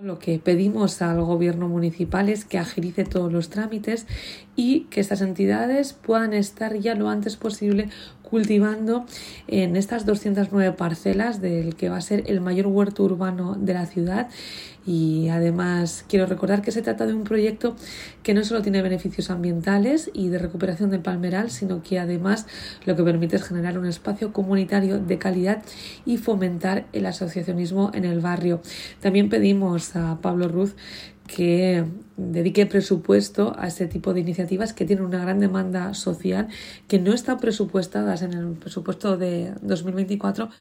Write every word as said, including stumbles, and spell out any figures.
Lo que pedimos al gobierno municipal es que agilice todos los trámites y que estas entidades puedan estar ya lo antes posible cultivando en estas doscientas nueve parcelas del que va a ser el mayor huerto urbano de la ciudad. Y además quiero recordar que se trata de un proyecto que no solo tiene beneficios ambientales y de recuperación del palmeral, sino que además lo que permite es generar un espacio comunitario de calidad y fomentar el asociacionismo en el barrio. También pedimos a Pablo Ruz que dedique presupuesto a este tipo de iniciativas que tienen una gran demanda social, que no están presupuestadas en el presupuesto de dos mil veinticuatro.